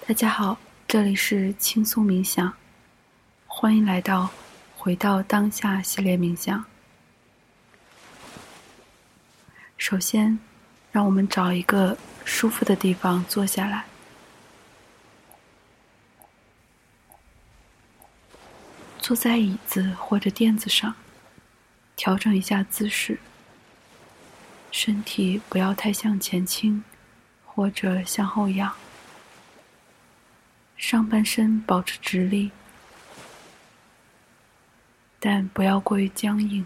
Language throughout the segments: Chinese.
大家好，这里是轻松冥想，欢迎来到回到当下系列冥想。首先，让我们找一个舒服的地方坐下来，坐在椅子或者垫子上，调整一下姿势，身体不要太向前倾或者向后仰，上半身保持直立，但不要过于僵硬，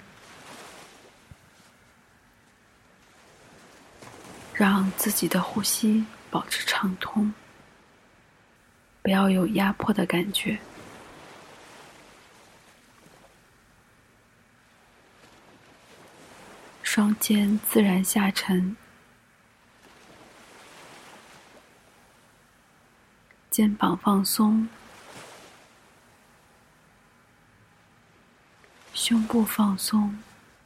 让自己的呼吸保持畅通，不要有压迫的感觉。双肩自然下沉，肩膀放松，胸部放松，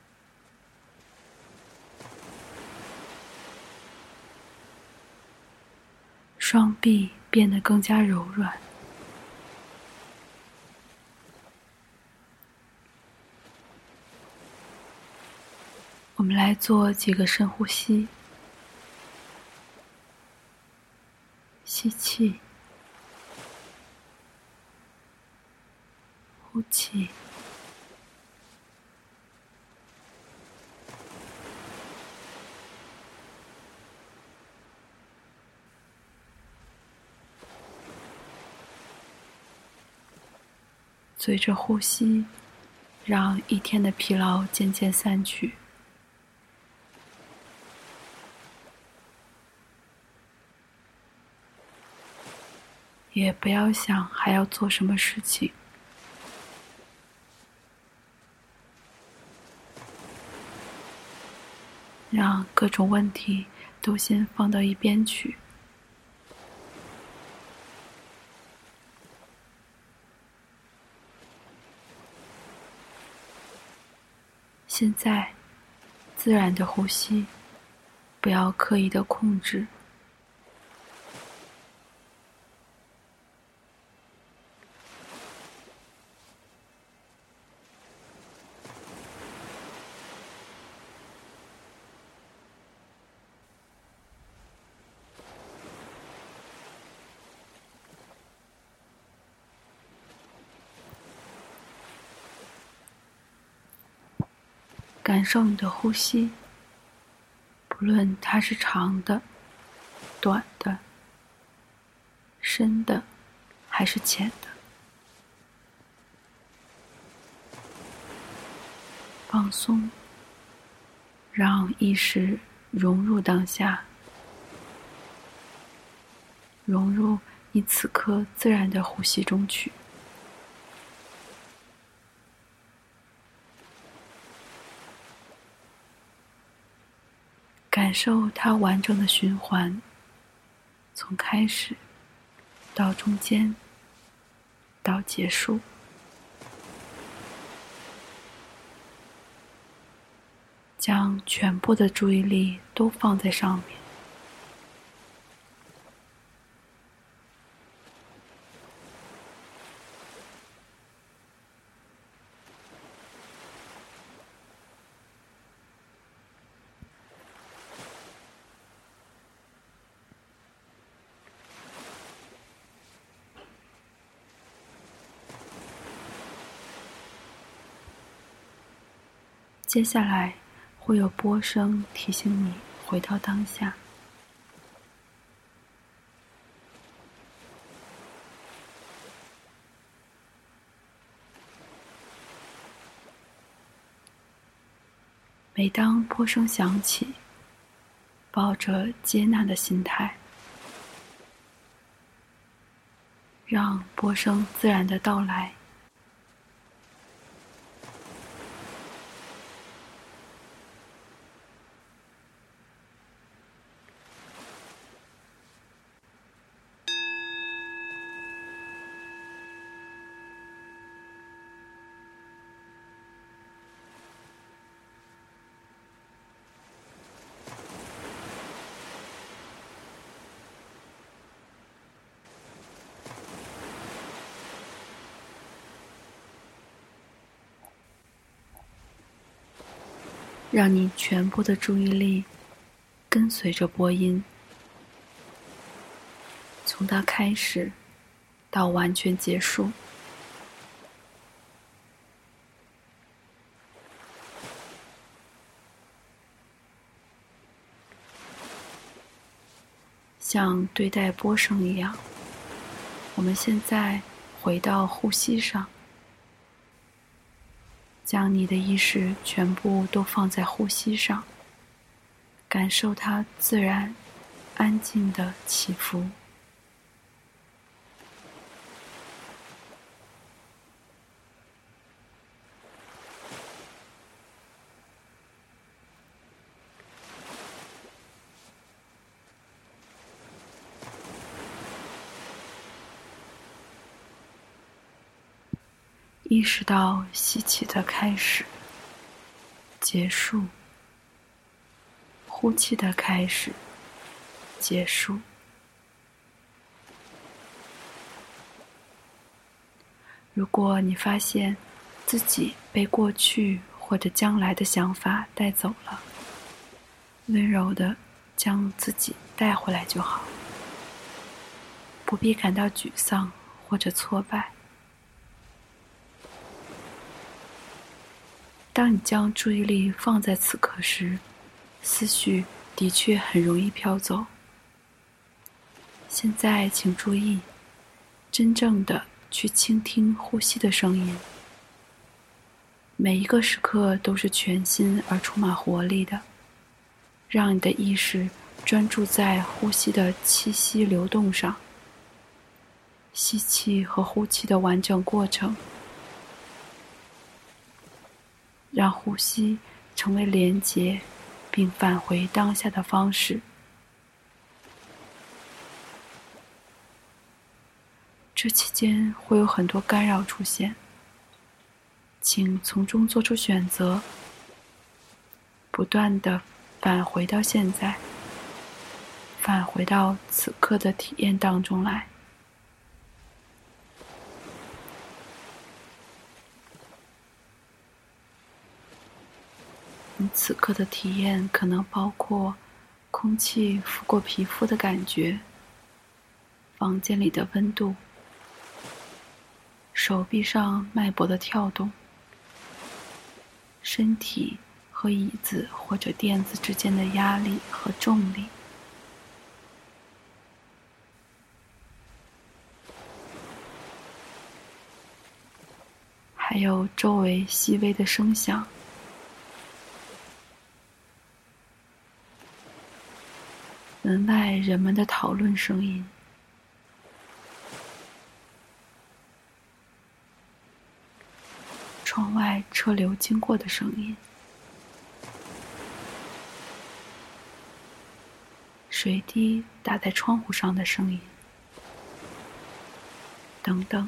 双臂变得更加柔软。我们来做几个深呼吸，吸气，呼气，随着呼吸，让一天的疲劳渐渐散去。也不要想还要做什么事情，让各种问题都先放到一边去。现在，自然的呼吸，不要刻意的控制。感受你的呼吸，不论它是长的、短的、深的还是浅的。放松，让意识融入当下，融入你此刻自然的呼吸中去。感受它完整的循环，从开始到中间到结束。将全部的注意力都放在上面。接下来会有波声提醒你回到当下。每当波声响起，抱着接纳的心态，让波声自然的到来。 让你全部的注意力跟随着播音，从它开始到完全结束。像对待波声一样，我们现在回到呼吸上，将你的意识全部都放在呼吸上，感受它自然、安静的起伏。意识到吸气的开始、结束，呼气的开始、结束。如果你发现自己被过去或者将来的想法带走了，温柔地将自己带回来就好，不必感到沮丧或者挫败。当你将注意力放在此刻时，思绪的确很容易飘走。现在请注意，真正的去倾听呼吸的声音。每一个时刻都是全新而充满活力的，让你的意识专注在呼吸的气息流动上，吸气和呼气的完整过程，让呼吸成为连结并返回当下的方式。这期间会有很多干扰出现，请从中做出选择，不断地返回到现在，返回到此刻的体验当中来。你此刻的体验可能包括空气拂过皮肤的感觉，房间里的温度，手臂上脉搏的跳动，身体和椅子或者垫子之间的压力和重力，还有周围细微的声响，门外人们的讨论声音，窗外车流经过的声音，水滴打在窗户上的声音，等等。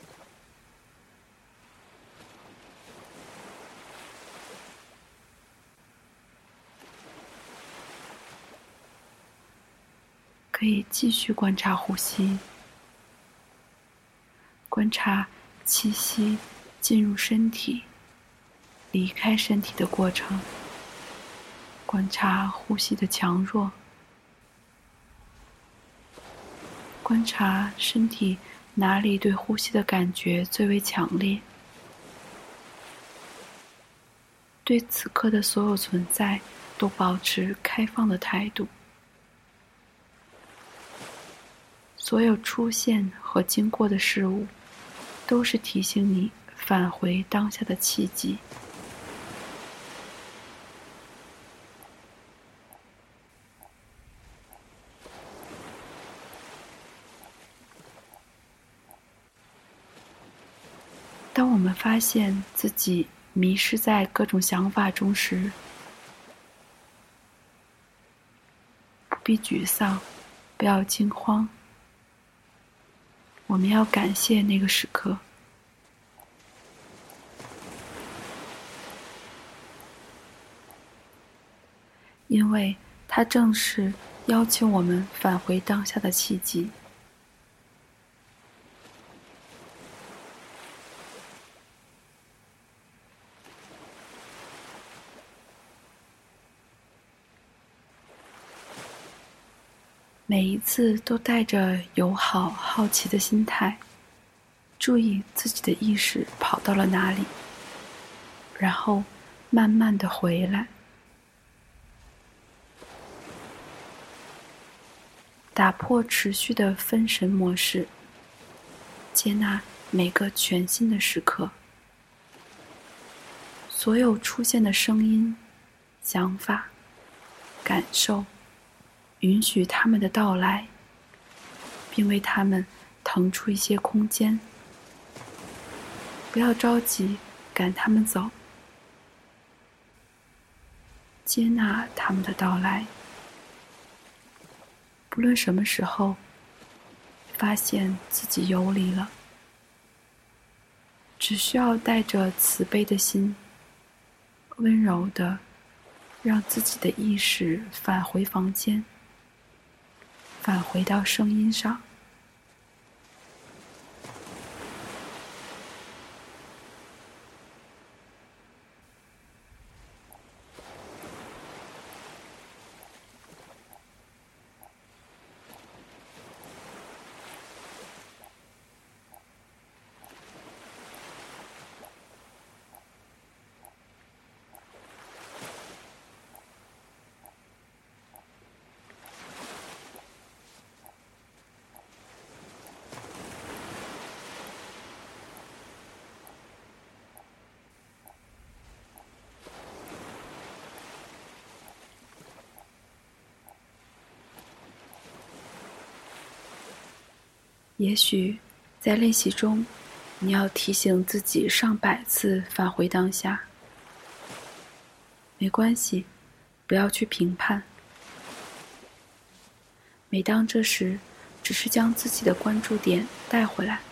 可以继续观察呼吸，观察气息进入身体、离开身体的过程，观察呼吸的强弱，观察身体哪里对呼吸的感觉最为强烈。对此刻的所有存在都保持开放的态度。所有出现和经过的事物，都是提醒你返回当下的契机。当我们发现自己迷失在各种想法中时，不必沮丧，不要惊慌。我们要感谢那个时刻，因为它正是邀请我们返回当下的契机。 每一次都带着友好好奇的心态，注意自己的意识跑到了哪里，然后慢慢地回来，打破持续的分神模式，接纳每个全新的时刻，所有出现的声音、想法、感受，允许他们的到来，并为他们腾出一些空间。不要着急赶他们走，接纳他们的到来。不论什么时候发现自己游离了，只需要带着慈悲的心，温柔地让自己的意识返回房间，返回到声音上。也许在练习中，你要提醒自己上百次返回当下。没关系，不要去评判。每当这时，只是将自己的关注点带回来，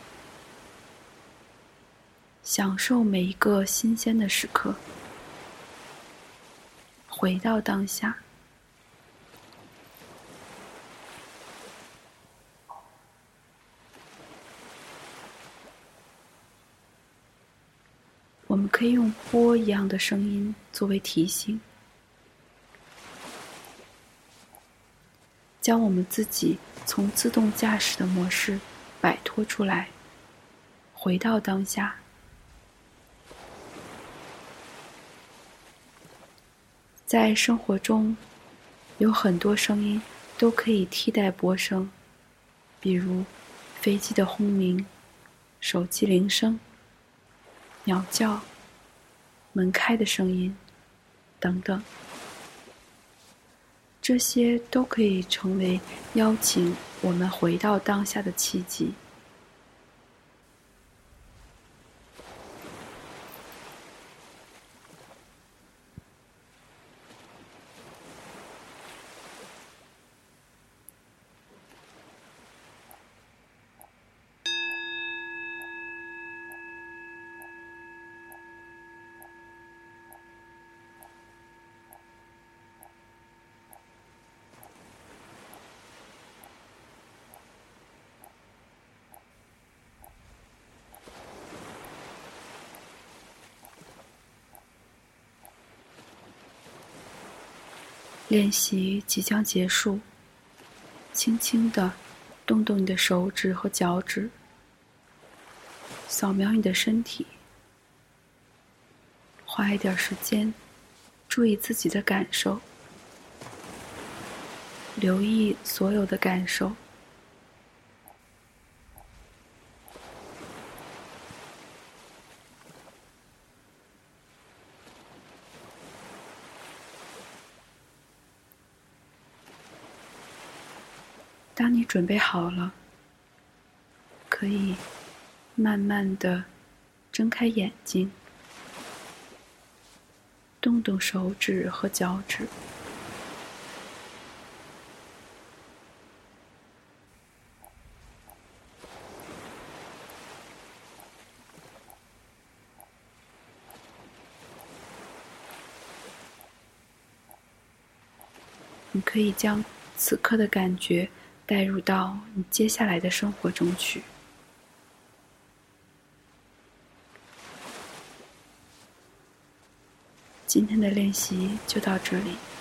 享受每一个新鲜的时刻，回到当下。我们可以用波一样的声音作为提醒，将我们自己从自动驾驶的模式摆脱出来，回到当下。在生活中，有很多声音都可以替代波声，比如飞机的轰鸣、手机铃声、鸟叫、门开的声音等等，这些都可以成为邀请我们回到当下的契机。练习即将结束，轻轻地动动你的手指和脚趾，扫描你的身体，花一点时间注意自己的感受，留意所有的感受。当你准备好了，可以慢慢地睁开眼睛，动动手指和脚趾。你可以将此刻的感觉带入到你接下来的生活中去。今天的练习就到这里。